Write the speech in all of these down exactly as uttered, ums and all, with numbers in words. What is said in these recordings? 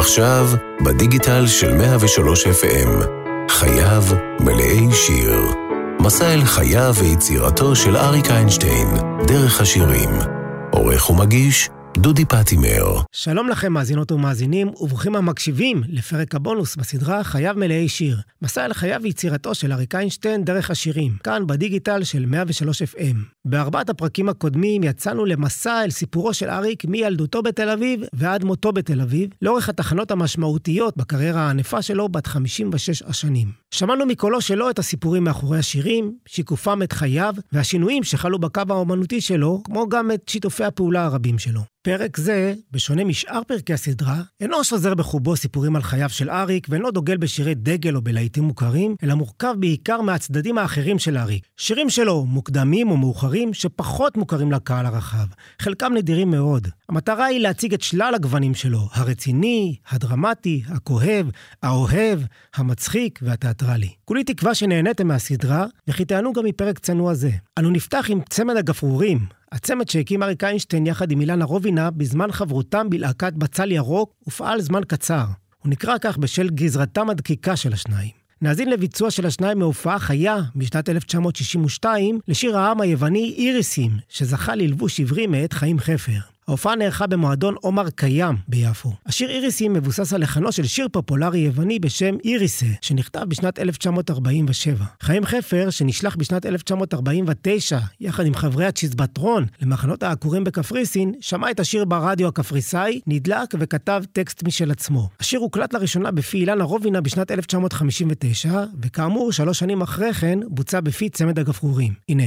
עכשיו, בדיגיטל של מאה ושלוש אף אם, חייו מלאי שיר. מסע אל חייו ויצירתו של אריק איינשטיין, דרך השירים. עורך ומגיש, דודי פטימר. שלום לכם מאזינות ומאזינים, וברוכים המקשיבים לפרק הבונוס בסדרה חייו מלאי שיר. מסע אל חייו ויצירתו של אריק איינשטיין, דרך השירים. כאן בדיגיטל של מאה ושלוש אף אם. בארבעת הפרקים הקודמים יצאנו למסע אל סיפורו של אריק מילדותו בתל אביב ועד מותו בתל אביב, לאורך התחנות המשמעותיות בקריירה הענפה שלו בת חמישים ושש השנים. שמענו מקולו שלו את הסיפורים מאחורי השירים, שיקופם את חייו והשינויים שחלו בקו האומנותי שלו, כמו גם את שיתופי הפעולה הרבים שלו. פרק זה, בשונה משאר פרקי הסדרה, אינו שוזר בחובו סיפורים על חייו של אריק, ואינו דוגל בשירי דגל או בלהיטים מוכרים, אלא מורכב בעיקר מהצדדים האחרים של אריק. שירים שלו מוקדמים ומאוחרים שפחות מוכרים לקהל הרחב, חלקם נדירים מאוד. המטרה היא להציג את שלל הגוונים שלו, הרציני, הדרמטי, הכואב, האוהב, המצחיק והתיאטרלי. כולי תקווה שנהניתם מהסדרה, וכי תענו גם מפרק צנוע זה. אנו נפתח עם צמד הגפרורים, הצמד שהקים אריק איינשטיין יחד עם אילנה רובינה בזמן חברותם בלהקת בצל ירוק ופעל זמן קצר. הוא נקרא כך בשל גזרתם הדקיקה של השניים. נאזין לביצוע של השניים מהופעה חיה משנת אלף תשע מאות שישים ושתיים לשיר העם היווני איריסים, שזכה ללבוש עברי מאת חיים חפר. ההופעה נערכה במועדון עומר קיים ביפו. השיר איריסים מבוסס על לחנו של שיר פופולרי יווני בשם איריסה, שנכתב בשנת אלף תשע מאות ארבעים ושבע. חיים חפר, שנשלח בשנת אלף תשע מאות ארבעים ותשע, יחד עם חברי הצ'יזבטרון למחנות העקורים בקפריסין, שמע את השיר ברדיו הקפריסאי, נדלק וכתב טקסט משל עצמו. השיר הוקלט לראשונה בפי אילנה רובינה בשנת אלף תשע מאות חמישים ותשע, וכאמור, שלוש שנים אחרי כן, בוצע בפי צמד הגפרורים. הנה.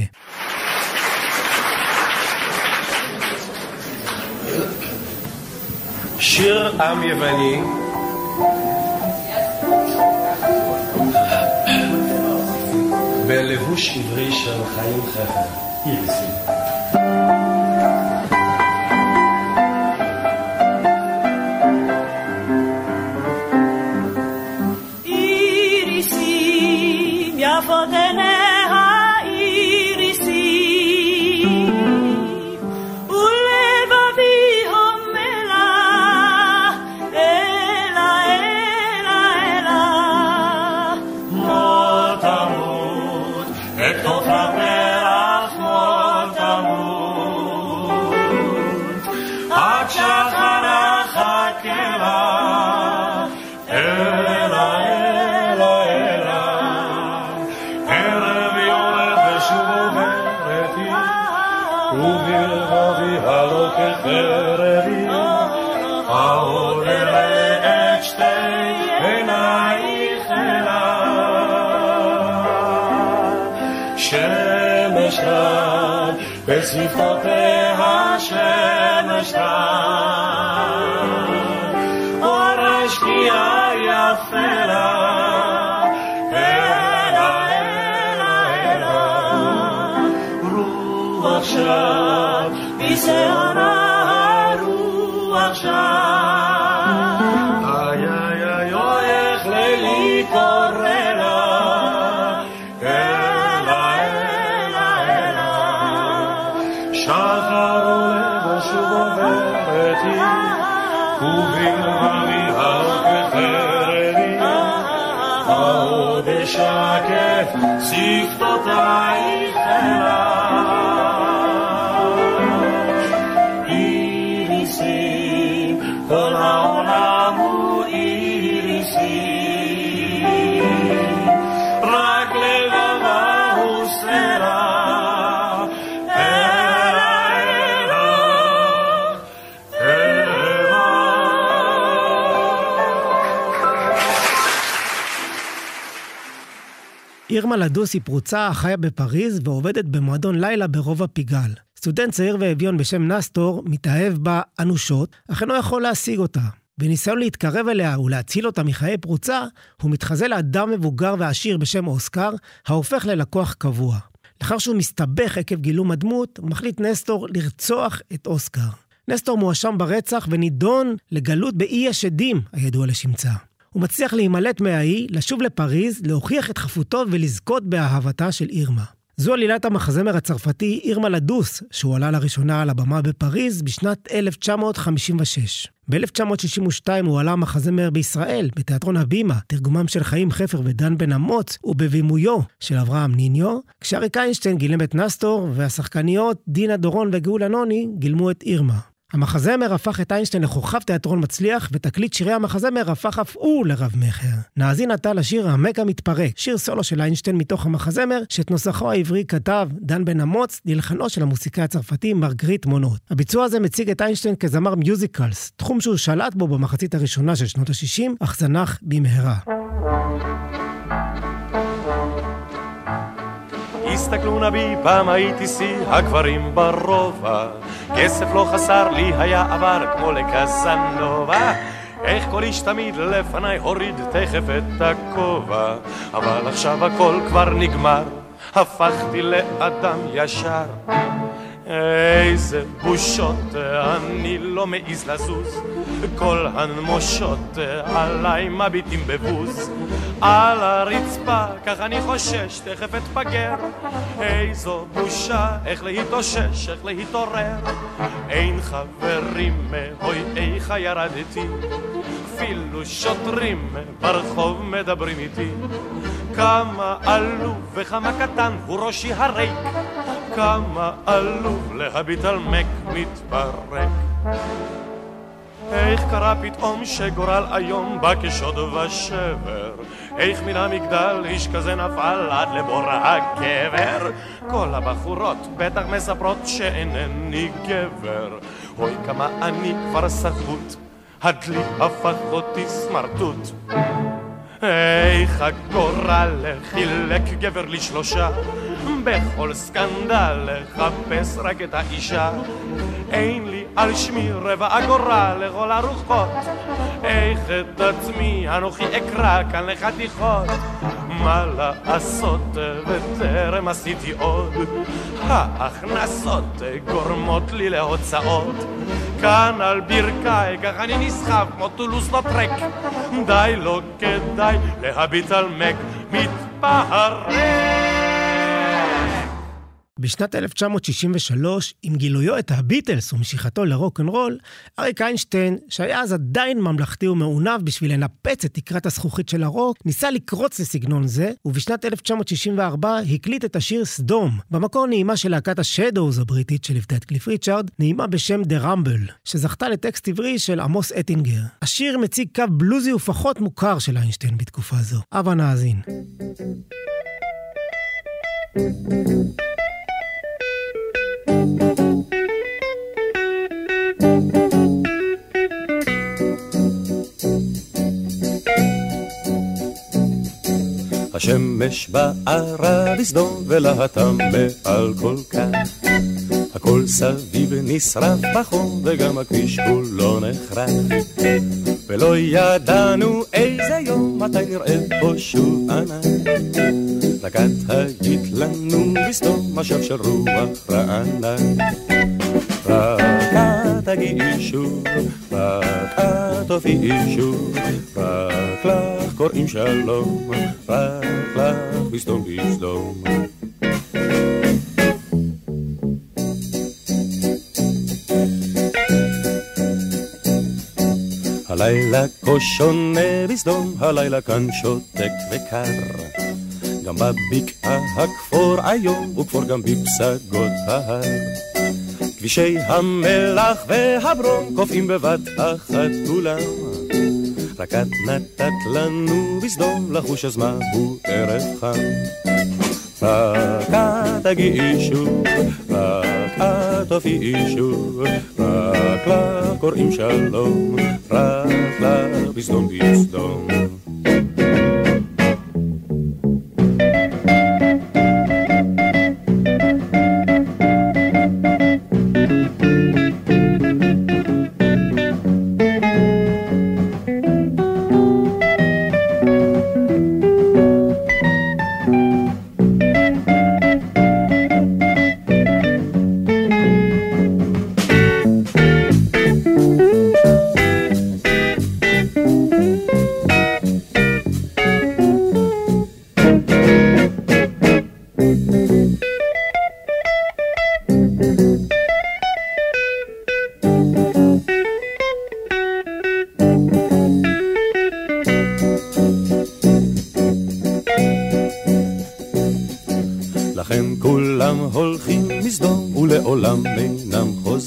שיר עם יווני בלבוש עברי של חיים חפר, איריסים. איריסים יפות עיניה איריסים ולבבי הומלה אלה אלה אלה מות אמות אכתוב הפרח מות אמות עד שחר החכרה אלה אלה אלה ערב יורד ושוב עוברת היא ובלבבי הלא כחרבי העוד אראה את שתי עינייך אליי שמש רב בשפתותיה שמש רב אור השקיעה יפה לה אלה אלה אלה רוח שב בשערה רוח שב איי איי איי איך לילי קורא לה אלה אלה אלה שחר עולה ושוב עוברת היא ובלבבי הכחרבי העוד אשקף שפתותייך אליי איריסים כל העולם הוא איריסים רק לבבה הוא סלע אלה אלה אלה. אירמה לדוס היא פרוצה החיה בפריז ועובדת במועדון לילה ברובע פיגל. סטודנט צעיר ואביון בשם נסטור מתאהב בה אנושות, אך אינו יכול להשיג אותה. בניסיון להתקרב אליה ולהציל אותה מחיי פרוצה, הוא מתחזה לאדם מבוגר ועשיר בשם אוסקר, ההופך ללקוח קבוע. לאחר שהוא מסתבך עקב גילום הדמות, מחליט נסטור לרצוח את אוסקר. נסטור מואשם ברצח ונידון לגלות באי השדים הידוע לשמצה. הוא מצליח להימלט מהאי, לשוב לפריז, להוכיח את חפותו ולזכות באהבתה של אירמה. זו עלילת המחזמר הצרפתי אירמה לדוס, שהוא עלה לראשונה על הבמה בפריז בשנת אלף תשע מאות חמישים ושש. ב-אלף תשע מאות שישים ושתיים הוא עלה מחזמר בישראל, בתיאטרון הבימה, תרגומם של חיים חפר ודן בן אמוץ, ובבימויו של אברהם ניניו, כשאריק איינשטיין גילם את נסטור, והשחקניות דינה דורון וגאולה נוני גילמו את אירמה. המחזמר הפך את איינשטיין לכוכב תיאטרון מצליח, ותקליט שירי המחזמר הפך אף הוא לרב מחר. נאזין עתה לשיר המק המתפרק, שיר סולו של איינשטיין מתוך המחזמר, שאת נוסחו העברי כתב דן בן אמוץ, ללחנו של המוסיקאי הצרפתי מרגריט מונות. הביצוע הזה מציג את איינשטיין כזמר מיוזיקלס, תחום שהוא שלט בו במחצית הראשונה של שנות ה-שישים, אך זנח במהרה. הסתכלו נבי, פעם הייתי שיא הגברים ברובע, כסף לא חסר לי היה עבר כמו לקזנובה, איך כל איש תמיד לפניי הוריד תכף את הכובע, אבל עכשיו הכל כבר נגמר, הפכתי לאדם ישר. איזה בושות, אני לא מעיז לזוז, כל הנמושות עליי מביטים בבוז, על הרצפה, כך אני חושש, תכף אתפגר. איזו בושה, איך להתאושש, איך להתעורר. אין חברים, אוי איך ירדתי, אפילו שוטרים ברחוב מדברים איתי. כמה עלוב וכמה קטן הוא ראשי הריק, כמה עלוב להביט על מק מתפרק. איך קרה פתאום שגורל היום בא כשוד ושבר, איך מן המגדל איש כזה נפל עד לבור הקבר. כל הבחורות בטח מספרות שאינני גבר, אוי כמה אני כבר סחוט, הדלי הפך אותי סמרטוט. איך הגורל חילק גבר לשלושה, בכל סקנדל לחפש רק את האישה. אין לי על שמי רבע אגורה לכל הרוחות, איך את עצמי אנוכי אקרא כאן לחתיכות. מה לעשות וטרם עשיתי עוד, ההכנסות גורמות לי להוצאות. כאן על ברכי כך אני נסחב כמו טולוס לוטרק, די לא כדאי להביט על מק מתפרק. בשנת אלף תשע מאות שישים ושלוש, עם גילויו את הביטלס ומשיכתו לרוק'נ'רול, אריק איינשטיין, שהיה אז עדיין ממלכתי ומעונב בשביל לנפץ את תקרת הזכוכית של הרוק, ניסה לקרוץ לסגנון זה, ובשנת אלף תשע מאות שישים וארבע הקליט את השיר סדום, במקור נעימה של להקת השדוז הבריטית שליוותה את קליף ריצ'ארד, נעימה בשם The Rumble, שזכתה לטקסט עברי של עמוס אטינגר. השיר מציג קו בלוזי ופחות מוכר של איינשטיין בתקופה זו. אבא נאזין. השמש בערה לסדום ולהתם מעל כל כך, הכל סביב נשרף בחום וגם הכביש כולו נחרף, ולא ידענו איזה יום מתי נראה פה שוב ענן. רק את היית לנו לסדום משב של רוח רענן, רק את תגיעי שוב, רק את תופיעי שוב, רק לך קוראים שלום, רק לך בסדום בסדום. הלילה כה שונה בסדום, הלילה כאן שותק וקר, גם בבקעה הכפור היום וכפור גם בפסגות ההר. כבישי המלח והברום קופאים בבת אחת כולם, רק את נתת לנו בסדום לחוש אז מהו ערב חם. רק את תגיעי שוב, רק את תופיעי שוב, רק לך קוראים שלום, רק לך בסדום בסדום.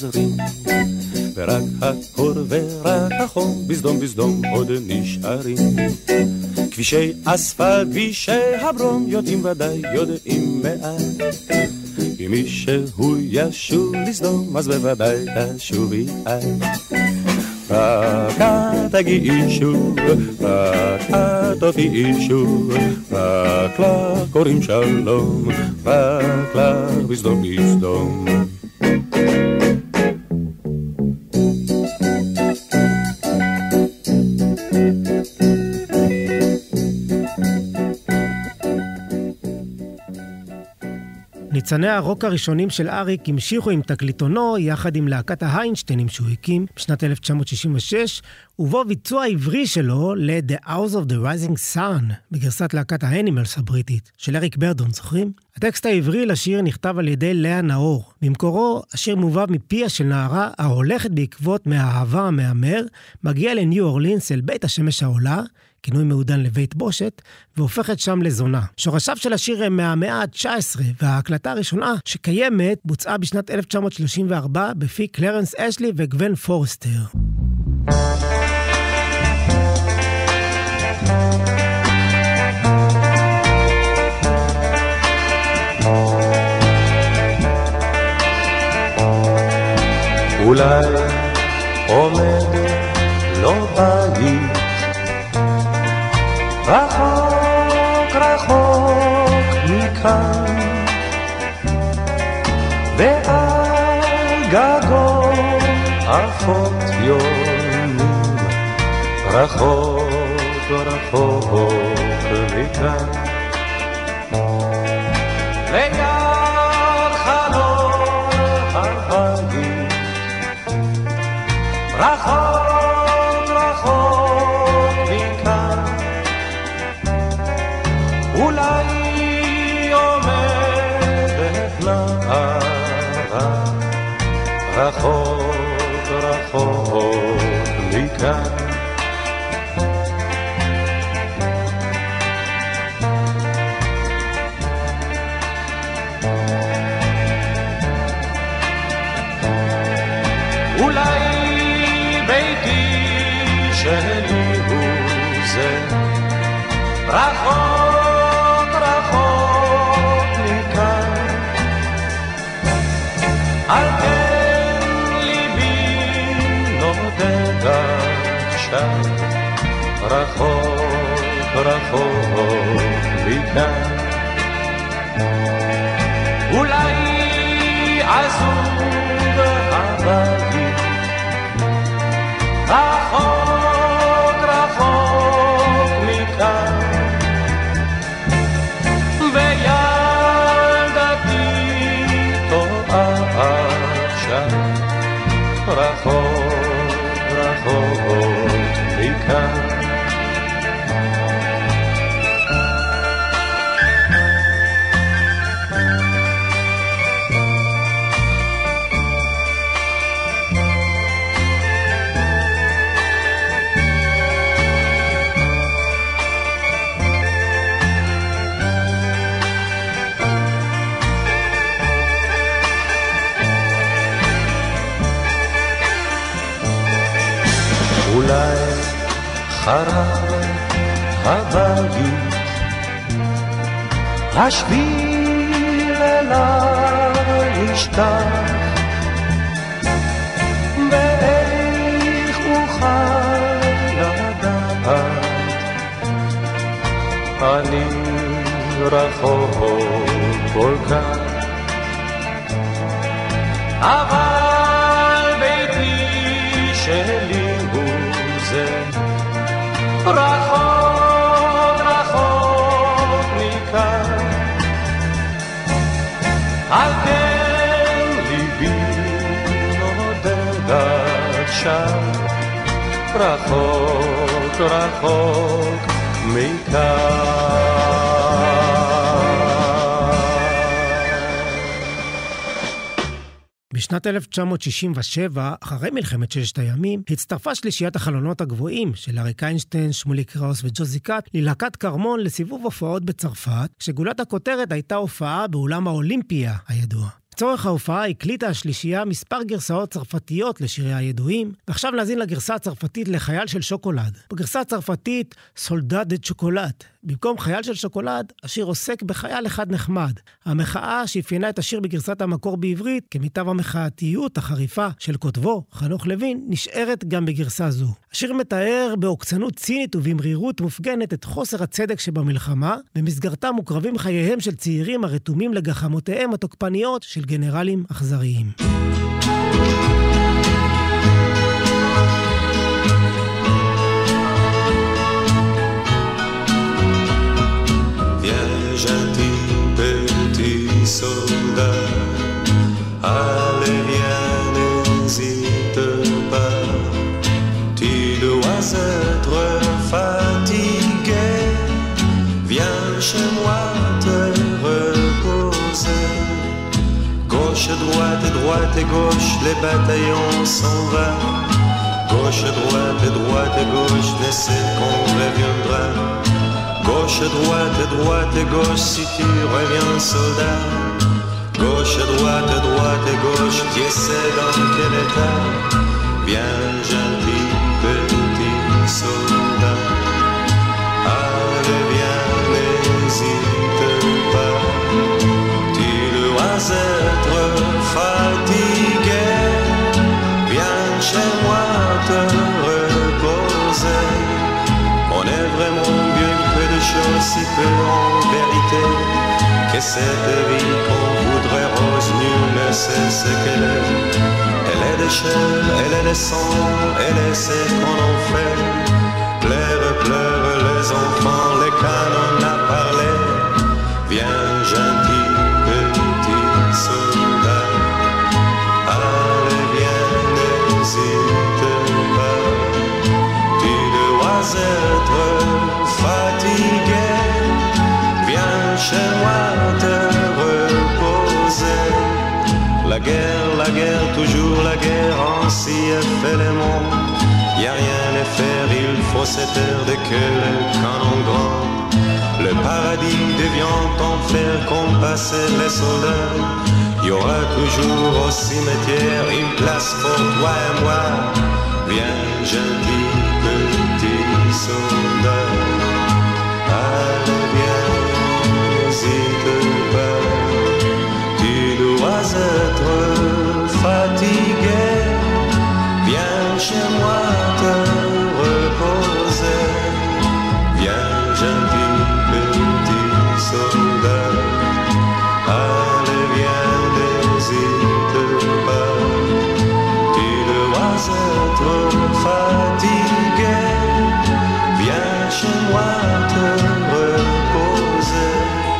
חוזרים, ורק הקור ורק החום בסדום בסדום עוד נשארים. כבישי אספלט, כבישי הברום, יודעים ודאי, יודעים מעט. אם מישהו ישוב לסדום, אז בוודאי תשובי את. רק את תגיעי שוב, רק את תופיעי שוב, רק לך קוראים שלום, רק לך בסדום בסדום. ניצני הרוק הראשונים של אריק המשיכו עם תקליטונו יחד עם להקת ההיינשטיינים שהוא הקים בשנת אלף תשע מאות שישים ושש, ובו ביצוע עברי שלו ל-The House of the Rising Sun, בגרסת להקת האנימלס הבריטית, של אריק ברדון, זוכרים? הטקסט העברי לשיר נכתב על ידי לאה נאור. במקורו, השיר מובב מפיה של נערה ההולכת בעקבות מהאהבה המאמר, מגיע לניו אורלינס אל בית השמש העולה, כינוי מעודן לבית בושת, והופכת שם לזונה. שורשיו של השיר הם מהמאה ה-תשע עשרה, וההקלטה הראשונה שקיימת בוצעה בשנת אלף תשע מאות שלושים וארבע בפי קלרנס אשלי וגוון פורסטר. אולי עומד לא בית רחוק רחוק מכאן, ועל גגו עפות יונים, רחוק רחוק מכאן, ליד חלון הבית, רחוק רחוק מכאן, אולי עומדת נערה, רחוק רחוק מכאן. אולי ביתי שלי הוא זה, רחוק על כן ליבי נודד עכשיו, רחוק רחוק מכאן. אולי עזוב הבית, רחוק רחוק מכאן, רחוק רחוק מכאן. אולי חרב הבית, השביל אליי ישתח, ואיך אוכל לדעת, אני רחוק כל כך, אבל ביתי שלי רחוק רחוק מכאן, על כן ליבי נודד עכשיו, רחוק רחוק מכאן. בשנת אלף תשע מאות שישים ושבע, אחרי מלחמת ששת הימים, הצטרפה שלישיית החלונות הגבוהים של אריק איינשטיין, שמולי קראוס וג'וזי קאט ללהקת קרמון לסיבוב הופעות בצרפת, שגולת הכותרת הייתה הופעה באולם האולימפיה הידוע. לצורך ההופעה הקליטה השלישייה מספר גרסאות צרפתיות לשירי הידועים, ועכשיו נאזין לגרסה הצרפתית לחייל של שוקולד. בגרסה הצרפתית סולדט דה צ'וקולד. במקום חייל של שוקולד, השיר עוסק בחייל אחד נחמד. המחאה שאפיינה את השיר בגרסת המקור בעברית, כמיטב המחאתיות החריפה של כותבו, חנוך לוין, נשארת גם בגרסה זו. השיר מתאר בעוקצנות צינית ובמרירות מופגנת את חוסר הצדק שבמלחמה, במסגרתה מוקרבים חייהם של צעירים הרתומים לגחמותיהם התוקפניות של גנרלים אכזריים. Gentil petit soldat, allez viens, n'hésite pas, tu dois être fatigué, viens chez moi te reposer, gauche, droite, droite et gauche, les bataillons s'en vont, gauche, droite, droite et gauche, mais c'est qu'on reviendra. Gauche, droite, droite et gauche, si tu reviens soldat. Gauche, droite, droite et gauche, tu sais dans quel état. Viens, gentil petit soldat. Allez, viens, n'hésite pas. Tu dois être fatigué. Viens chez moi te reposer. On est vraiment bien peu de choses si peu en vérité, que cette vie qu'on voudrait rose, nul ne sait ce qu'elle est. Elle est de chair, elle est de sang, elle est ce qu'on en fait. Pleure, pleure les enfants, les canons à parler. Viens gentil petit soldat, allez viens, n'hésite pas. Tu dois être fatigué, viens chez moi te reposer. La guerre, la guerre, toujours la guerre, ainsi est fait le monde. Y a rien à faire, il faut se taire de que le canon grand. Le paradis devient enfer qu'ont passé les soldats. Y aura toujours au cimetière une place pour toi et moi. Viens gentil petit soldat, allez viens, n'hésite pas. Tu dois être fatigué, viens chez moi te reposer. Viens gentil petit soldat, allez viens, n'hésite pas. Tu dois être fatigué, viens chez moi te reposer.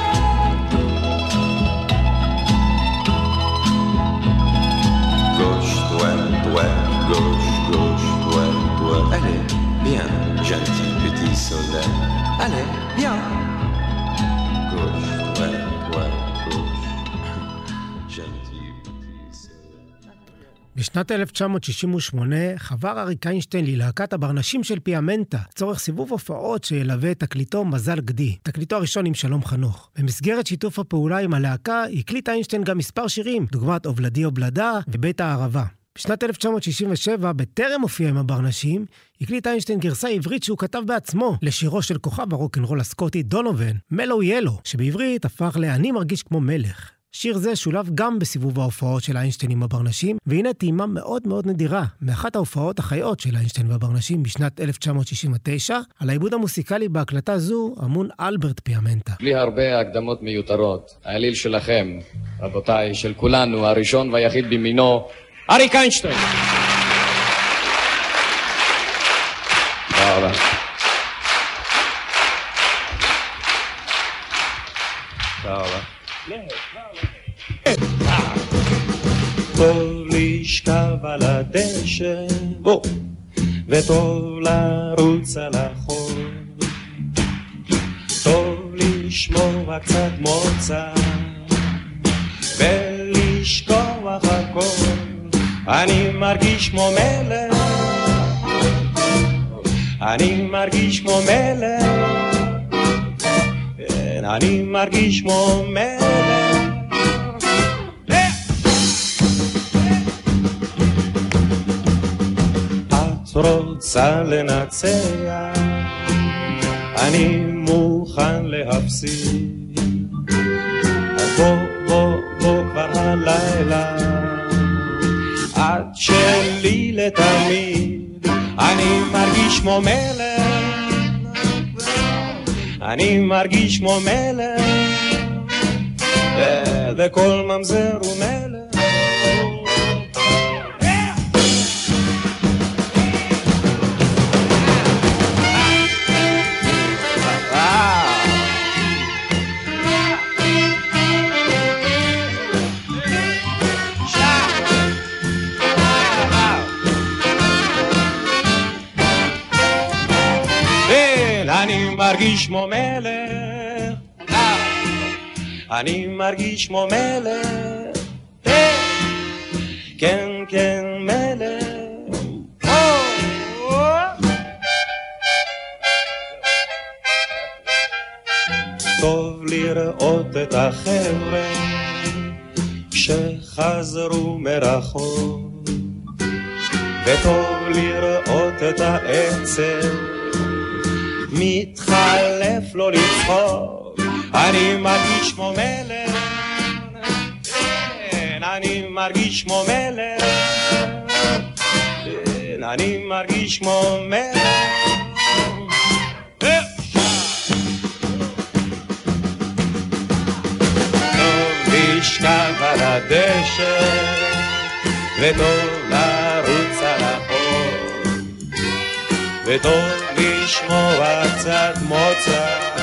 Gauche, droite, droite, gauche, gauche, droite, droite. Allez, viens, gentil petit soldat. Allez, viens. Gauche, droite, droite, gauche. Gentil petit soldat. בשנת אלף תשע מאות שישים ושמונה חבר אריק איינשטיין ללהקת הברנשים של פיאמנטה, צורך סיבוב הופעות שילווה את תקליטו מזל גדי, תקליטו הראשון עם שלום חנוך. במסגרת שיתוף הפעולה עם הלהקה, הקליט איינשטיין גם מספר שירים, דוגמת אובלדי אובלדה ובית הערבה. בשנת אלף תשע מאות שישים ושבע, בטרם הופיע עם הברנשים, הקליט איינשטיין גרסה עברית שהוא כתב בעצמו לשירו של כוכב הרוקנרול הסקוטי דונובן, מלו ילו, שבעברית הפך ל"אני מרגיש כמו מלך". שיר זה שולב גם בסיבוב ההופעות של איינשטיין עם הברנשים, והנה טעימה מאוד מאוד נדירה מאחת ההופעות החיות של איינשטיין והברנשים בשנת אלף תשע מאות שישים ותשע. על העיבוד המוסיקלי בהקלטה זו אמון אלברט פיאמנטה. בלי הרבה הקדמות מיותרות, האליל שלכם, רבותיי, של כולנו, הראשון והיחיד במינו, אריק איינשטיין. תודה רבה. תודה רבה. טוב לשכב על הדשא, בוא, וטוב לרוץ על החול, טוב לשמוע קצת מוצא ולשכוח הכל. אני מרגיש כמו מלך, אני מרגיש כמו מלך, אני מרגיש כמו מלך. רוצה לנצח, אני מוכן להפסיד. אז בוא, בוא, בוא כבר הלילה, עד שלי לתמיד. אני מרגיש כמו מלך, אני מרגיש כמו מלך, וכל ממזר הוא מלך. אני מרגיש כמו מלך, אני מרגיש כמו מלך, כן כן מלך. טוב לראות את החבר'ה שחזרו מרחוק, וטוב לראות את העצב מתחלף לו לצחוק. אני מרגיש כמו מלך, כן, אני מרגיש כמו מלך, כן, אני מרגיש כמו מלך. טוב לשכב על הדשא וטוב לרוץ על החול, וטוב לשמוע קצת מוצא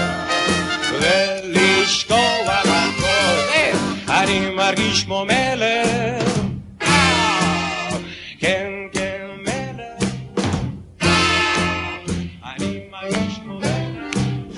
ולשקוע בכל. אני מרגיש כמו מלך, כן כן מלך, אני מרגיש כמו מלך.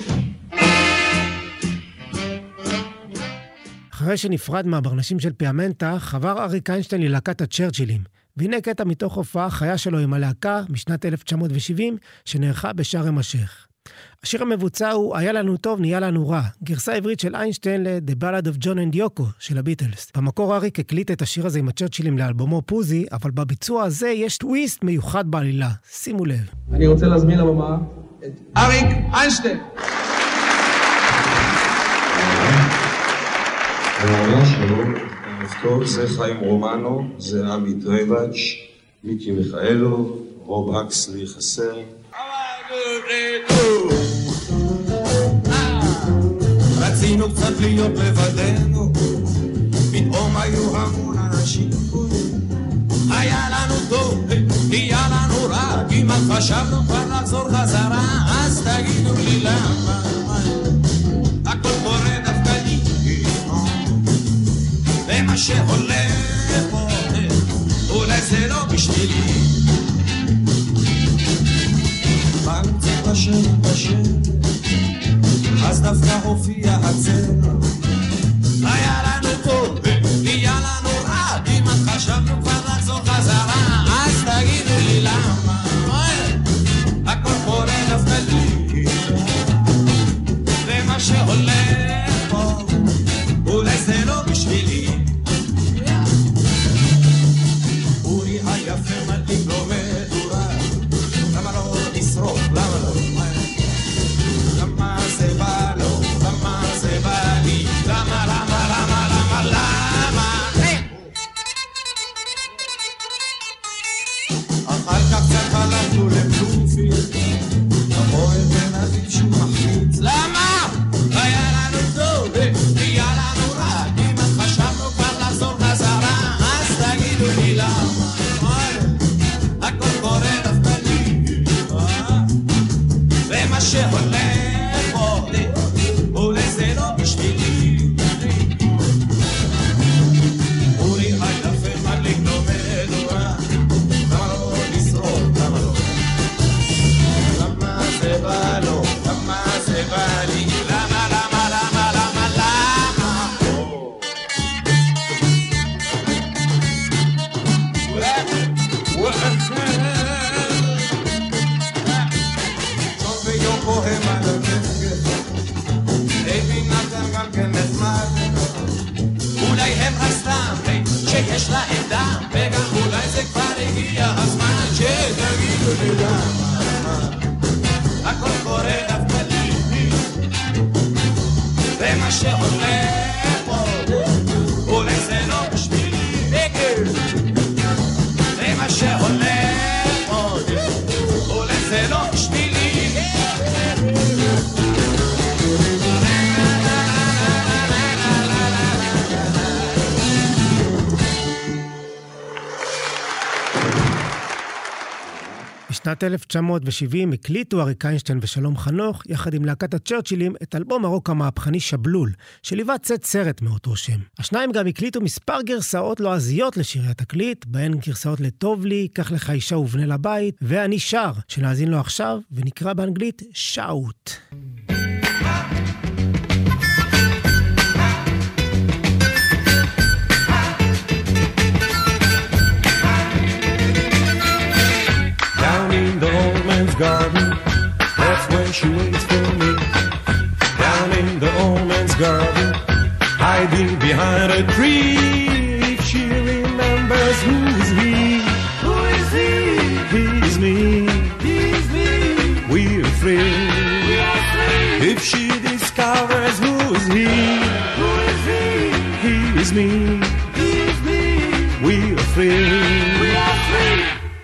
אחרי שנפרד מהברנשים של פיאמנטה, חבר אריק איינשטיין ללהקת הצ'רצ'ילים. והנה קטע מתוך הופעה חיה שלו עם הלהקה משנת אלף תשע מאות שבעים, שנערכה בשארם א-שייח. השיר המבוצע הוא "היה לנו טוב, נהיה לנו רע", גרסה עברית של איינשטיין ל-The Ballad of John and Yoko של הביטלס. במקור אריק הקליט את השיר הזה עם הצ'רצ'ילים לאלבומו פוזי, אבל בביצוע הזה יש טוויסט מיוחד בעלילה. שימו לב. אני רוצה להזמין לבמה את אריק איינשטיין. והעולה שלו, טוב, זה חיים רומנו, זה עמי דרייבץ', מיקי מיכאלו, רוב אקסלי חסר. רצינו קצת להיות לבדנו, פתאום היו המון אנשים, היה לנו טוב, היה לנו רע, כמעט חשבנו כבר לחזור חזרה, אז תגידו לי למה, הכל קורה דווקא לי, ומה שהולך פה, אולי זה לא בשבילי. פעם קצת בשם בשם, אז דווקא הופיע הצל. היה לנו טוב, היה לנו רע, כמעט חשבנו כבר לחזור חזרה, אז תגידו לי למה, הכל קורה דווקא לי, ומה שהולך פה, אולי זה לא בשבילי. אורי היפה מדליק לו מדורה, למה לא נשרוף, למה לא? למה זה בא לו, למה זה בא לי, למה, למה, למה, למה, למה? אחר כך קצת הלכנו לבלומפילד, המועד ונבין שהוא מחליץ. למה? היה לנו טוב, היה לנו רע, כמעט חשבנו כבר לחזור חזרה, אז תגידו לי למה, הכל קורה דווקא לי, ומה שהולך פה, אולי זה לא בשבילי. אורי היפה מדליק לו מדורה, למה לא לשרוף, למה לא? למה זה בא לו, למה זה בא לי, למה, למה, למה, למה, למה? טוב ויוקו הם על הדרך, אייבי נתן גם כן נחמד, אולי הם רק סתם שיש להם דם, וגם אולי זה כבר הגיע הזמן שתגידו הכל קורה דווקא לי, ומה שעולה פה ולזה לא בשבילי, ומה שעולה פה ולזה לא בשבילי. בשנת אלף תשע מאות שבעים הקליטו אריק איינשטיין ושלום חנוך, יחד עם להקת הצ'רצ'ילים, את אלבום הרוק המהפכני שבלול, שליווה צאת סרט מאותו שם. השניים גם הקליטו מספר גרסאות לועזיות לשירי התקליט, בהן גרסאות לטוב לי, קח לך אישה ובנה לבית, ואני שר, שנאזין לו עכשיו, ונקרא באנגלית שאוט. Garden, that's where she waits for me. Down in the old man's garden, hiding behind a tree. If she remembers who is he, who is he? He's me, he's me. We're free, we are free. If she discovers who is he, who is he? He is me, he's me. We are free, we are free.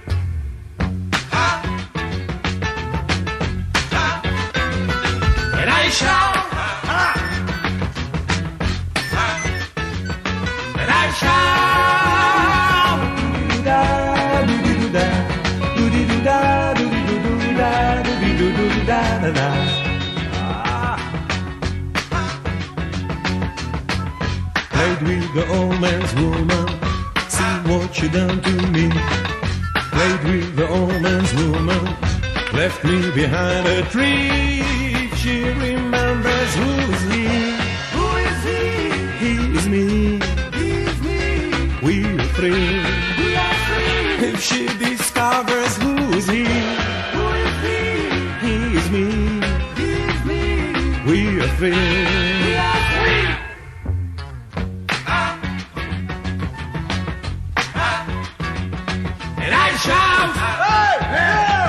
Played with the old man's woman, see what you done to me. Played with the old man's woman, left me behind a tree. She remembers who is he, who is he? He is me, he is me. We are free, we are free. If she discovers who is he, who is he? He is me, he is me. We are free, we are free. And I shout, hey, hey.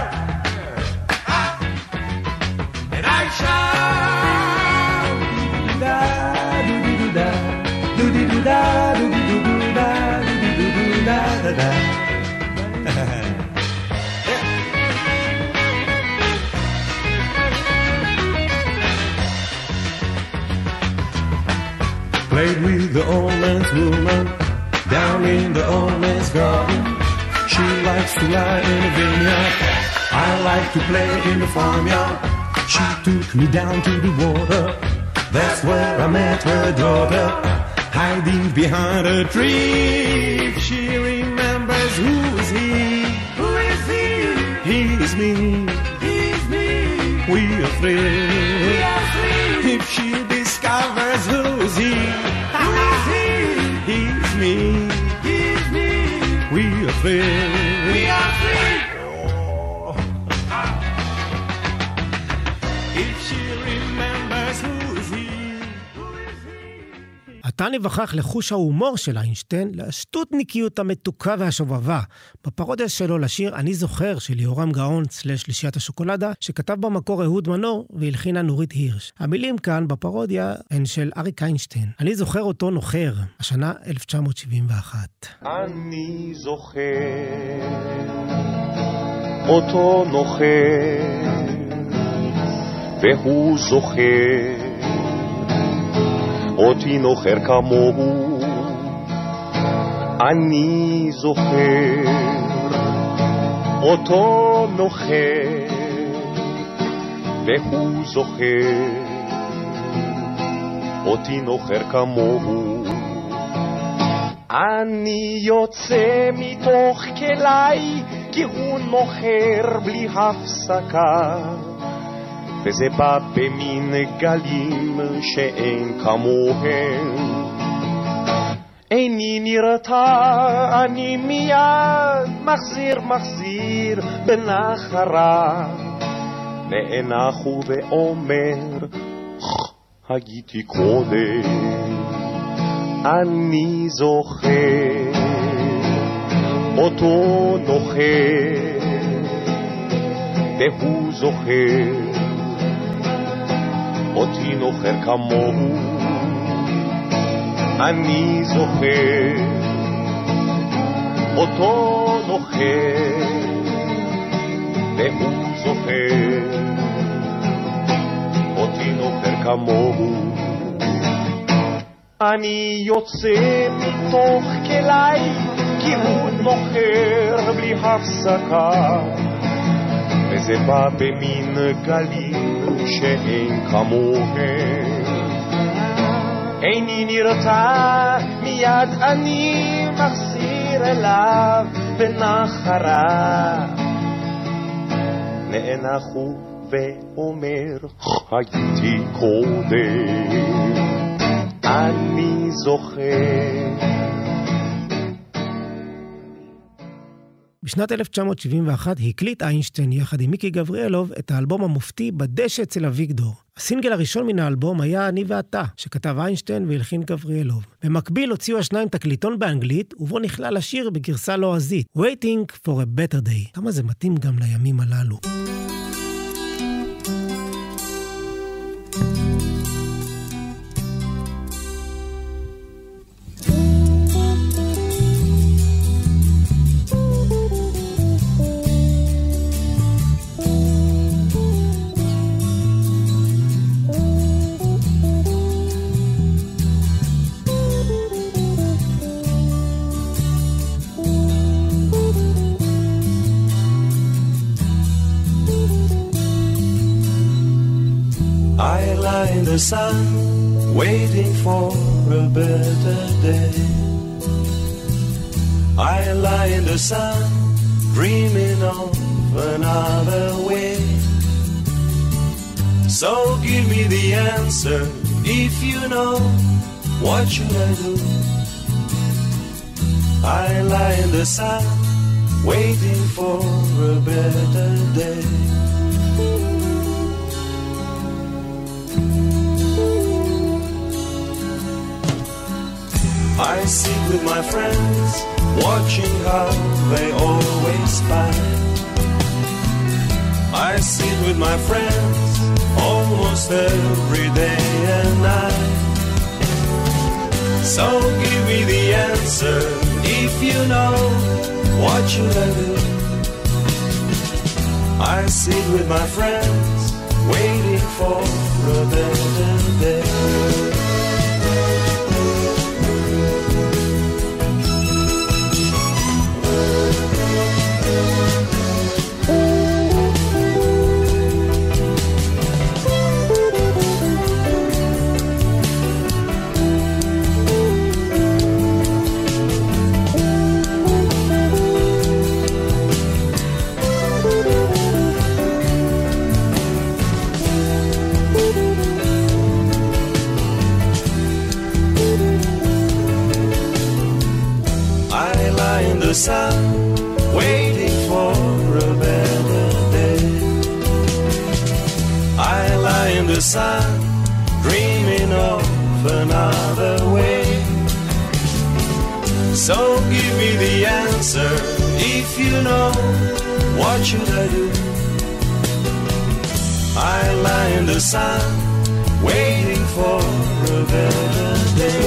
And I shout, da do do da, do do da, do do da, do do da da da. Played with the old man's woman down in the old man's garden. She likes to lie in a vineyard, I like to play in the farmyard. She took me down to the water, that's where I met her daughter, hiding behind a tree. If she remembers who is he, who is he? He is me, he is me. We are free, we are free. If she discovers who is he, who is he? He is me, he is me. We are free, we are free. Oh. If she remembers who is he, who is he? אתה נבחך לחוש ההומור של איינשטיין, לשטותניקיות המתוקה והשובבה, בפרודיה שלו לשיר אני זוכר של יורם גאון סלש שלישיית השוקולדה, שכתב במקור אהוד מנור והלחינה נורית הירש. המילים כאן בפרודיה הן של אריק איינשטיין. אני זוכר אותו נוחר, השנה אלף תשע מאות שבעים ואחת. אני זוכר אותו נוחר והוא זוכר אותי נוחר כמוהו. אני זוכר אותו נוחר והוא זוכר אותי נוחר כמוהו. אני יוצא מתוך כלי כי הוא נוחר בלי הפסקה, וזה בא במין גלים שאין כמוהם. איני נרתע, אני מיד מחזיר מחזיר בנחרה, נאנח ואומר הייתי קודם. אני זוכר אותו נוחר והוא זוכר אותי נוחר כמוהו, אני זוכר אותו נוחר והוא זוכר אותי נוחר כמוהו. אני יוצא מתוך כלי כי הוא נוחר בלי הפסקה, וזה בא במין גלים שאין כמוהם. איני נרתע, מיד אני מחזיר אליו בנחרה. נאנח הוא ואומר חייתי קודם, אני זוכר. בשנת אלף תשע מאות שבעים ואחת הקליט איינשטיין יחד עם מיקי גבריאלוב את האלבום המופתי בדשא אצל אביגדור. הסינגל הראשון מן האלבום היה אני ואתה, שכתב איינשטיין והלחין גבריאלוב. במקביל הוציאו השניים תקליטון באנגלית, ובו נכלל השיר בגרסה לועזית, Waiting for a Better Day. כמה זה מתאים גם לימים הללו. The sun, waiting for a better day. I lie in the sun, dreaming of another way. So give me the answer, if you know, what should I do? I lie in the sun, waiting for a better day. I sit with my friends, watching how they always fight. I sit with my friends almost every day and night. So give me the answer, if you know, what should I do? I sit with my friends, waiting for a better day. The sun, waiting for a better day. I lie in the sun, dreaming of another way. So give me the answer, if you know, what should I do? I lie in the sun, waiting for a better day.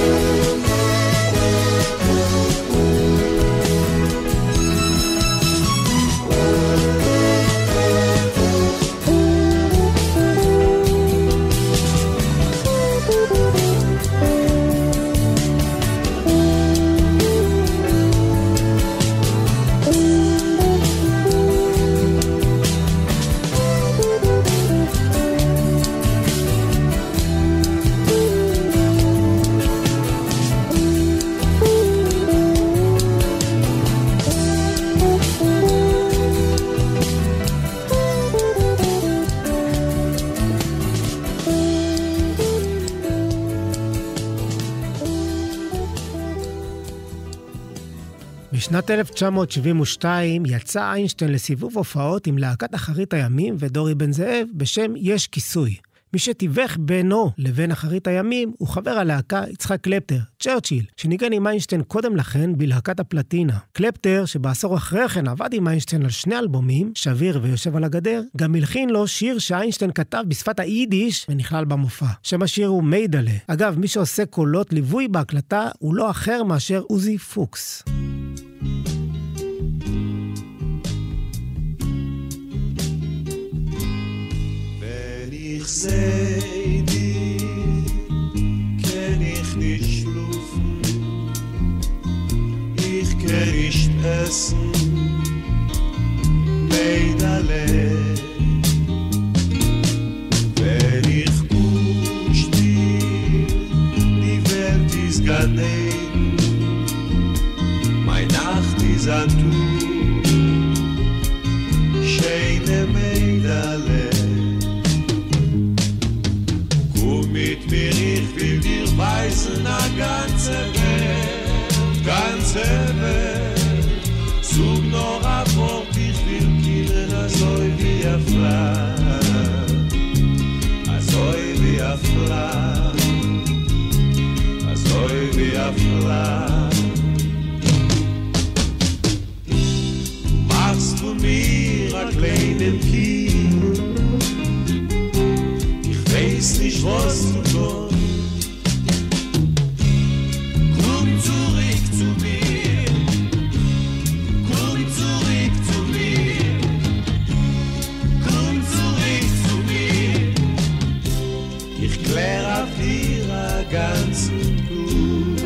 בשנת אלף תשע מאות שבעים ושתיים יצא איינשטיין לסיבוב הופעות עם להקת אחרית הימים ודורי בן זאב בשם יש כיסוי. מי שתיווך בינו לבין אחרית הימים הוא חבר הלהקה יצחק קלפטר, צ'רצ'יל, שניגן עם איינשטיין קודם לכן בלהקת הפלטינה. קלפטר, שבעשור אחרי כן עבד עם איינשטיין על שני אלבומים, שביר ויושב על הגדר, גם מלחין לו שיר שאיינשטיין כתב בשפת היידיש ונכלל במופע. שם השיר הוא מיידלה. אגב, מי שעושה קולות ליווי בהקלטה הוא לא אחר מאשר עוזי פוקס. Ich seh dich, kenn ich nicht schlufen, ich kenn nicht essen, Meidale. Wenn ich kusch dir, die Welt ist Gan Eden, mein Nacht ist ein Tuch, schöne Meidale. Mit mir, ich will dir weisen, a ganze Welt, ganze Welt. Sog noch ein Wort, ich will killen, also wie a Flamme, also wie a Flamme, also wie a Flamme. Du machst von mir a kleinen Kind, weiß nicht, was du tust. Komm zurück zu mir, komm zurück zu mir, komm zurück zu mir. Ich klär auf dir ein ganzen Gut.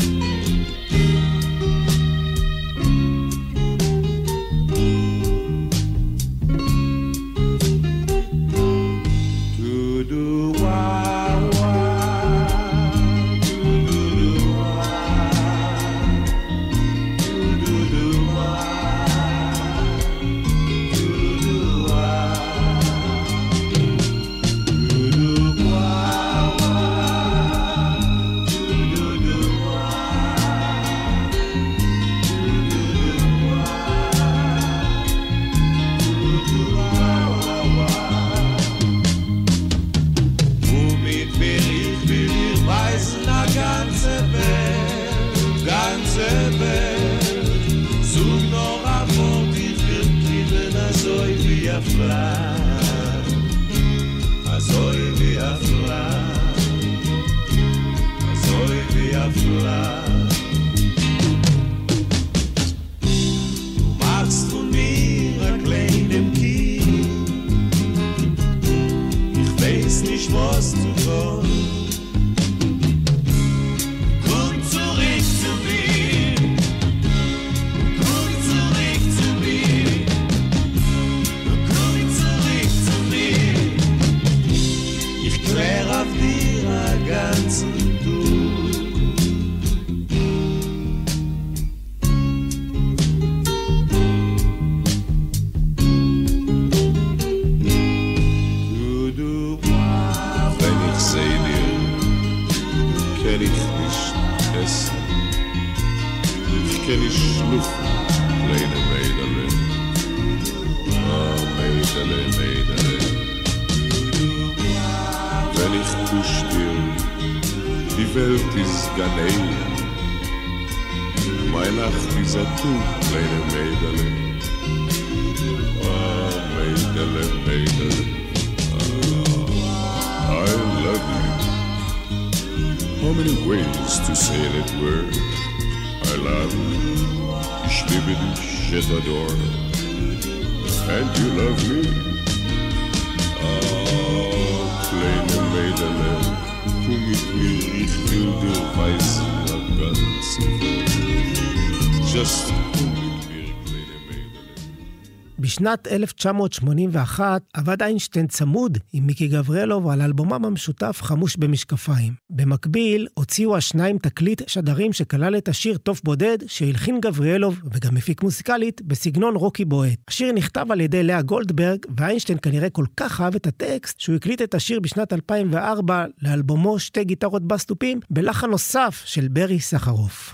בשנת אלף תשע מאות שמונים ואחת עבד איינשטיין צמוד עם מיקי גבריאלוב על אלבומם המשותף חמוש במשקפיים. במקביל הוציאו השניים תקליט שדרים שכלל את השיר טוב בודד שהלחין גבריאלוב וגם מפיק מוסיקלית בסגנון רוקי בועט. השיר נכתב על ידי לאה גולדברג ואיינשטיין כנראה כל כך אהב את הטקסט שהוא הקליט את השיר בשנת אלפיים וארבע לאלבומו שתי גיטרות בסטופים בלחן נוסף של ברי סחרוף.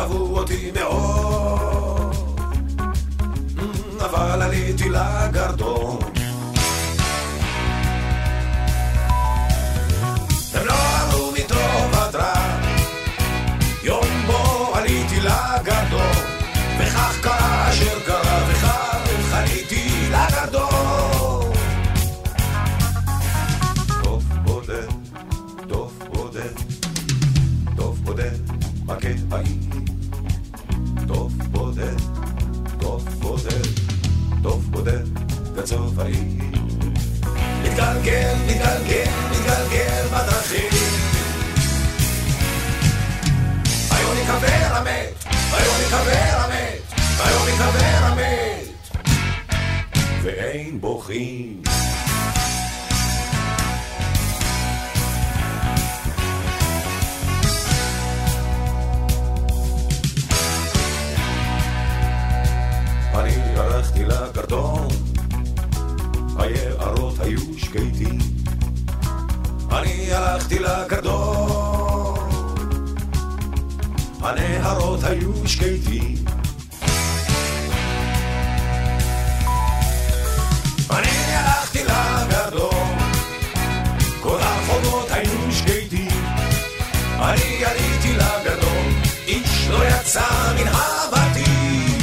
אהבו אותי מאוד, אבל עליתי לגרדום. הם לא אמרו מטוב עד רע, יום בו עליתי לגרדום, וכך קרה אשר קרה, וכך עליתי לגרדום. טוב בודד, טוב בודד, טוב בודד, מכה באי. טוב בודד, טוב בודד, טוב בודד, גצור באי. מתגלגל, מתגלגל, מתגלגל בדרכים. היום יקבר המת, היום יקבר המת, היום יקבר המת, ואין בוכים. אני הלכתי לגרדום, היערות היו שקטים. אני הלכתי לגרדום, הנהרות היו שקטים. אני הלכתי לגרדום, כל הרחובות היו שקטים. אני עליתי לגרדום, איש לא יצא מן הבתים.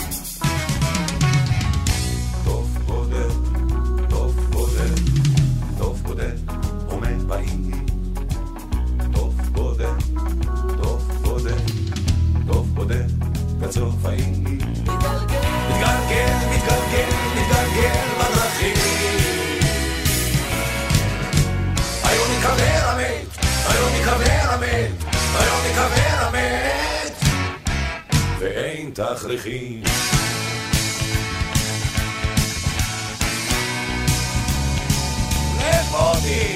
טוב בודד, טוב בודד, טוב בודד, עומד באי. טוב בודד, טוב בודד, טוב בודד, גצור באי. מתגלגל, מתגלגל, מתגלגל בדרכים. היום יקבר המת, היום יקבר המת, היום יקבר המת, ואין תכריכים. לפודי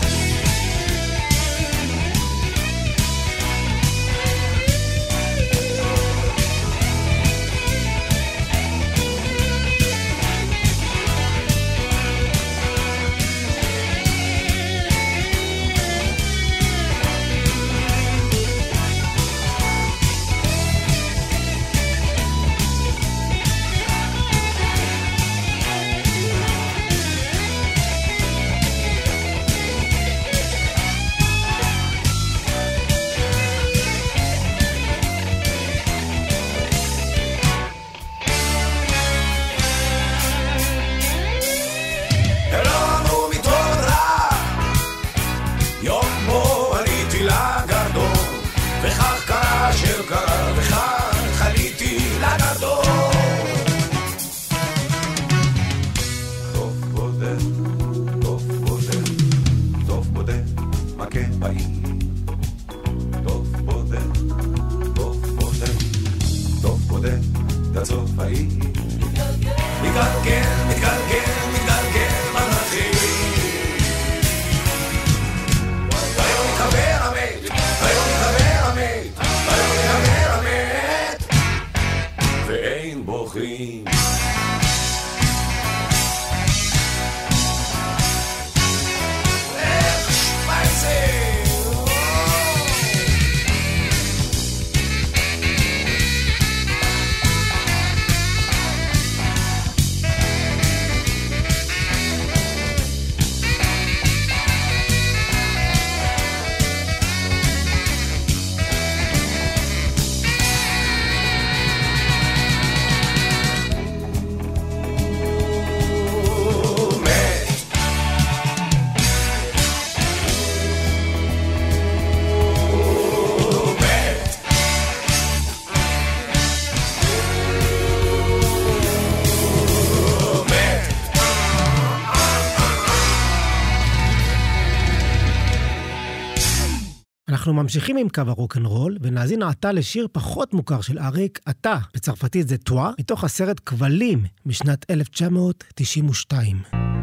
אנחנו ממשיכים עם קו הרוק'נ'רול, ונאזין עתה לשיר פחות מוכר של אריק, אתה, בצרפתית זה טואה, מתוך הסרט כבלים משנת אלף תשע מאות תשעים ושתיים.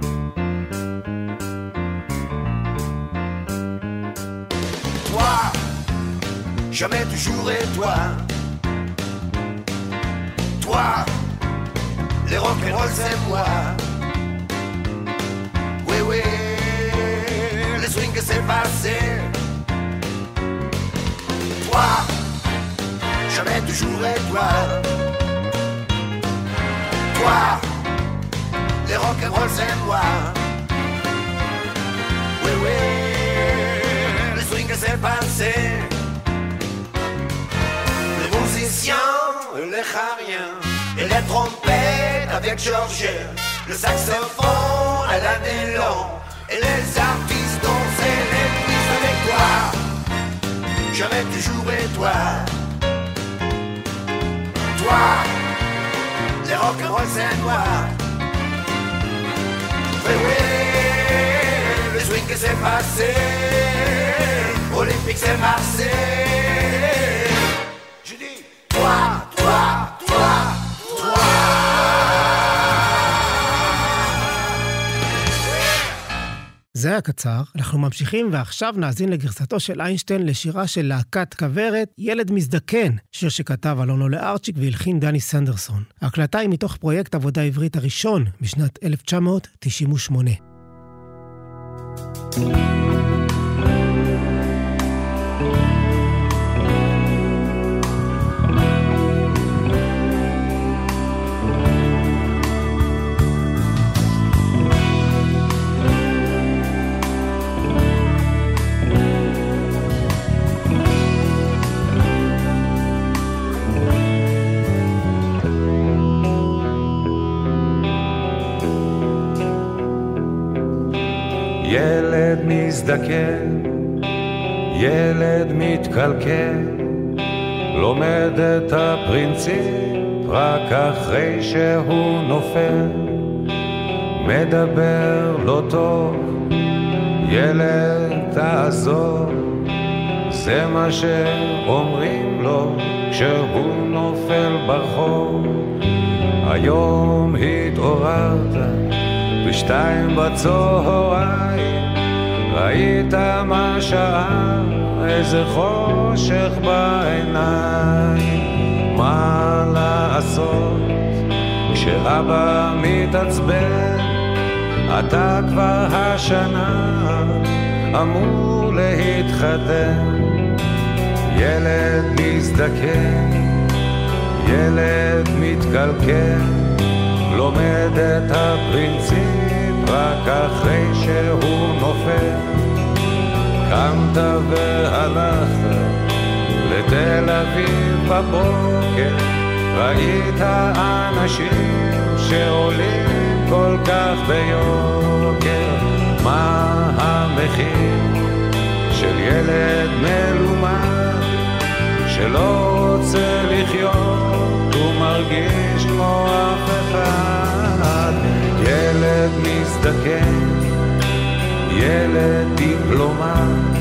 Toi, jamais toujours et toi. Toi, les rock'n'roll c'est moi. Oui, oui, les swings c'est passé. Toi, jamais toujours être toi. Toi, les rock'n'roll c'est moi. Oui, oui, le swing c'est passé. Les musiciens, les chariens, et les trompettes avec Georges, le saxophone à la nylon, et les artistes danser les prises avec toi. Je vais toujours être toi. Toi, les rock'n'roll c'est moi. Oui, oui, le swing que c'est passé, olympique c'est Marseille. Je dis toi, toi, toi, toi. זה היה קצר, אנחנו ממשיכים ועכשיו נאזין לגרסתו של איינשטיין לשירה של להקת כוורת, ילד מזדקן, שיר שכתב אלונו לארצ'יק והלחין דני סנדרסון. ההקלטה היא מתוך פרויקט עבודה עברית הראשון בשנת אלף תשע מאות תשעים ושמונה. ילד מזדקן, ילד מתקלקל, לומד את הפרינציפ רק אחרי שהוא נופל, מדבר לא טוב, ילד תעזור, זה מה שאומרים לו כשהוא נופל ברחוב. היום התעוררת בשתיים בצהריים, ראית מה שעה, איזה חושך בעיניים. מה לעשות כשאבא מתעצבן, אתה כבר השנה אמור להתחתן. ילד מזדקן, ילד מתקלקל, לומד את הפרינציפ רק אחרי שהוא נופל. קמת והלכת לתל אביב בבוקר, ראית אנשים שעולים כל כך ביוקר. מה המחיר של ילד מלומד שלא רוצה לחיות ומרגיש כמו אף אחד? ילד מזדקן, ילד דיפלומט,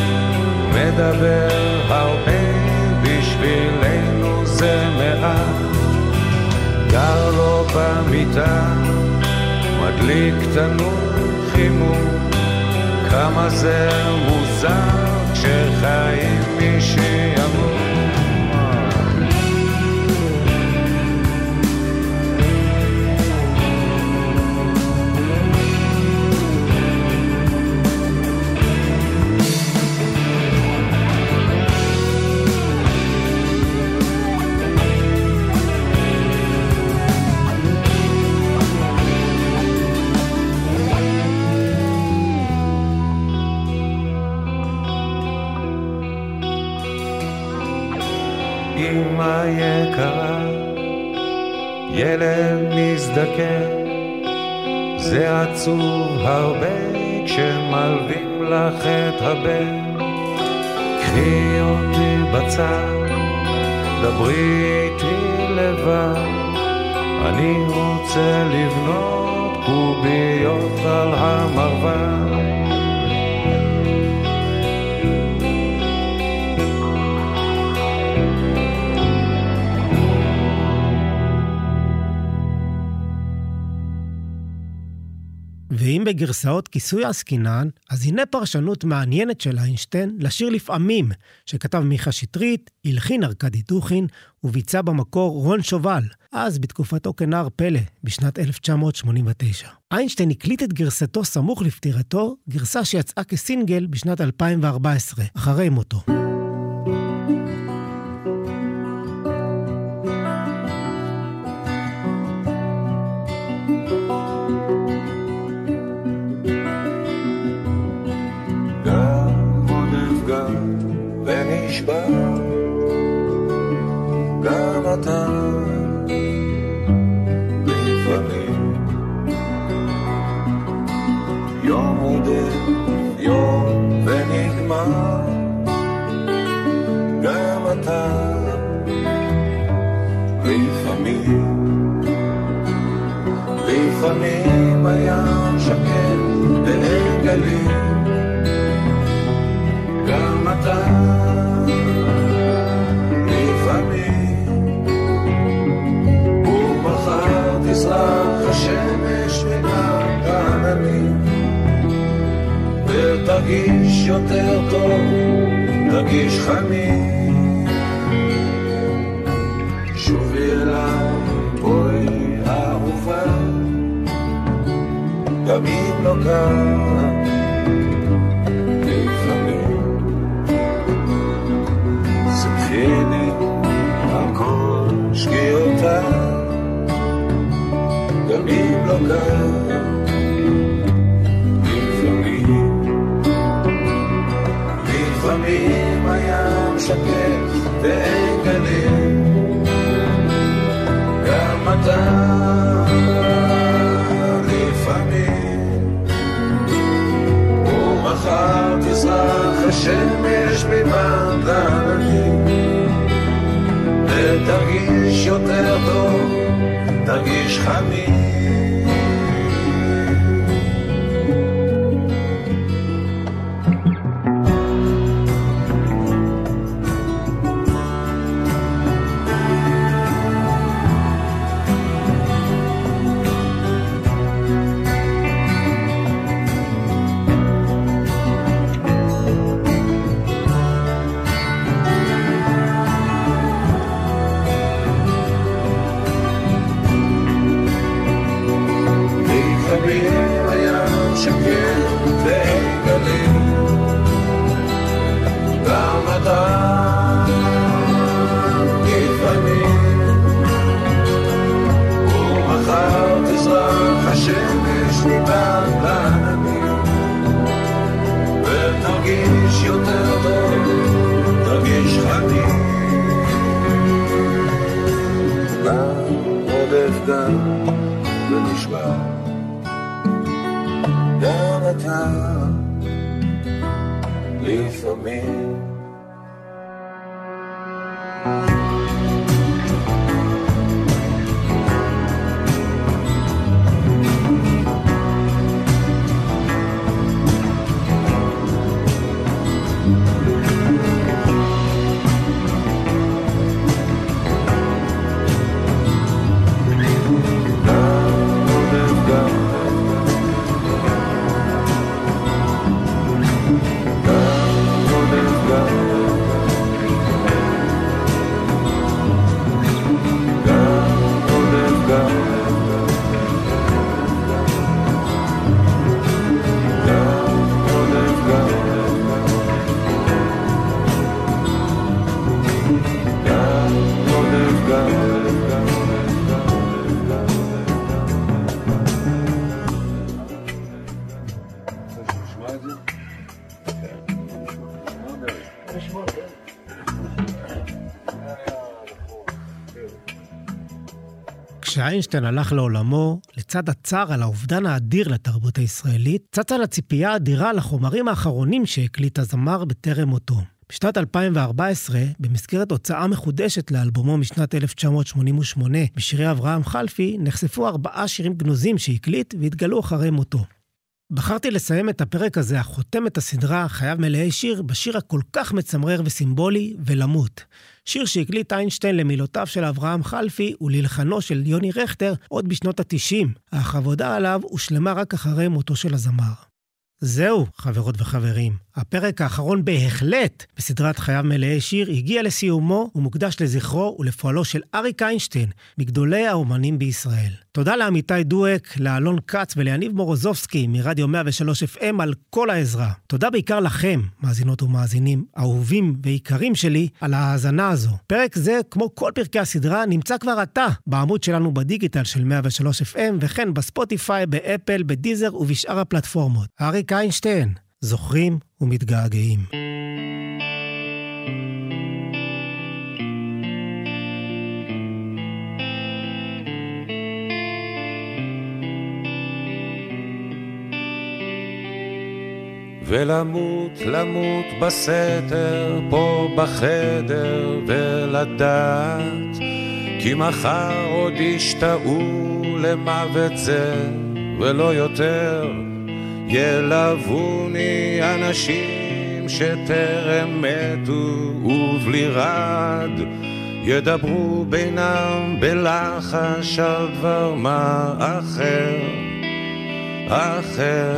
מדבר הרבה, בשבילנו זה מעט. גר לו במיטה, מדליק תנור חימום, כמה זה מוזר כשחיים משעמום. אמא יקרה, ילד מזדקן, זה עצוב הרבה כשמלווים לך את הבן. קחי אותי בצד, דברי איתי לבד, אני רוצה לבנות קוביות על המרבד. ואם בגרסאות כיסוי עסקינן, אז הנה פרשנות מעניינת של איינשטיין לשיר לפעמים, שכתב מיכה שטרית, הלחין ארכדי דוכין, וביצע במקור רון שובל, אז בתקופתו כנער פלא, בשנת אלף תשע מאות שמונים ותשע. איינשטיין הקליט את גרסתו סמוך לפטירתו, גרסה שיצאה כסינגל בשנת אלפיים וארבע עשרה, אחרי מותו. ונשבר גם אתה לפעמים. יום עודף יום ונגמר גם אתה לפעמים. לפעמים הים שקט ואין גלים גם אתה לפעמים. ומחר תזרח השמש בין העננים ותרגיש יותר טוב, תרגיש חמים. שובי אליי בואי אהובה, גם אם לא קר לפעמים. סמכיני על כל שגיאותיי, גם אם לא קר לפעמים. לפעמים הים שקט ואין גלים גם אתה לפעמים. ומחר תזרח השמש ממעט העננים ותרגיש יותר טוב, תרגיש חמים. כשאיינשטיין הלך לעולמו, לצד הצער על האובדן האדיר לתרבות הישראלית, צצה לציפייה אדירה לחומרים האחרונים שהקליט הזמר בטרם מותו. בשנת אלפיים וארבע עשרה, במסגרת הוצאה מחודשת לאלבומו משנת אלף תשע מאות שמונים ושמונה, בשירי אברהם חלפי, נחשפו ארבעה שירים גנוזים שהקליט והתגלו אחרי מותו. בחרתי לסיים את הפרק הזה, החותם את הסדרה חייו מלאי שיר, בשיר הכל כך מצמרר וסימבולי, ולמות. שיר שהקליט איינשטיין למילותיו של אברהם חלפי וללחנו של יוני רכטר עוד בשנות ה-תשעים, אך העבודה עליו הושלמה רק אחרי מותו של הזמר. זהו, חברות וחברים. הפרק האחרון בהחלט בסדרת חייו מלאי שיר הגיע לסיומו ומוקדש לזכרו ולפועלו של אריק איינשטיין, מגדולי האומנים בישראל. תודה לעמיתי דואק, לאלון קץ וליניב מורוזובסקי מרדיו מאה ושלוש אף אם על כל העזרה. תודה בעיקר לכם, מאזינות ומאזינים, אהובים ויקרים שלי, על ההאזנה הזו. פרק זה, כמו כל פרקי הסדרה, נמצא כבר עתה בעמוד שלנו בדיגיטל של מאה ושלוש אף אם, וכן בספוטיפיי, באפל, בדיזר ובשאר הפלטפורמות. אריק איינשטיין, זוכרים ומתגעגעים. ולמות, למות בסתר פה בחדר ולדעת כי מחר עוד ישתאו למוות זה ולא יותר ילבוני אנשים שטרם מתו ובלי רד ידברו בינם בלחש על דבר מה אחר אחר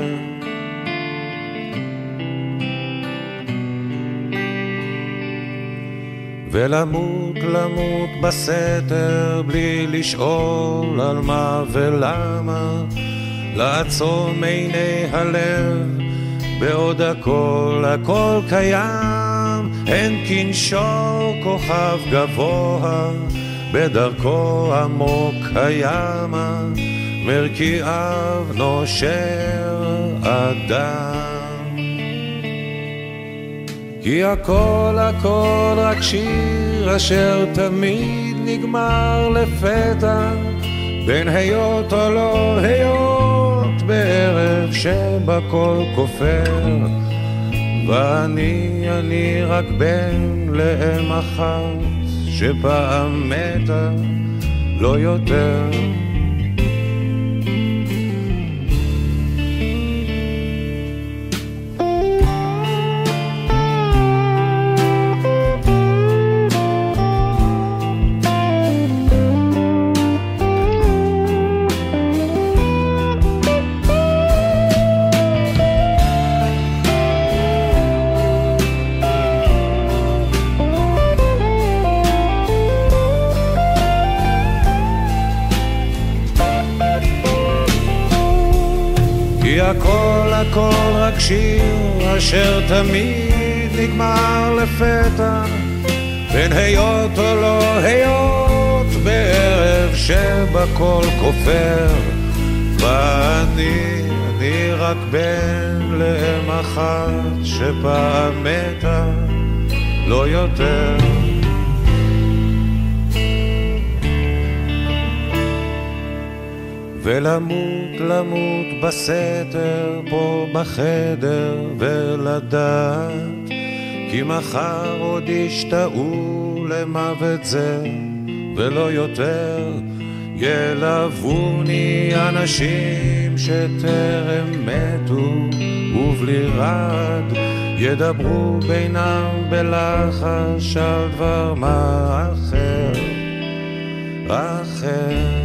ולמות למות בסתר בלי לשאול על מה ולמה לעצום עיני הלב בעוד הכל הכל קיים אין כנשור כוכב גבוה בדרכו עמוק הימה מרקיעיו נושר אדם כי הכל הכל רק שיר אשר תמיד נגמר לפתע בין היות או לא היות בערב שבכל כופר ואני אני רק בן לאם אחת שפעם מתה לא יותר הכל הכל רק שיר אשר תמיד נגמר לפתע בין היות או לא היות בערב שבכל כופר ואני אני רק בן לאם אחת שפעם מתה לא יותר ולמות למות בסתר פה בחדר ולדעת כי מחר עוד ישתאו למוות זה ולא יותר ילבוני אנשים שטרם מתו ובלי רד ידברו בינם בלחש על דבר מה אחר אחר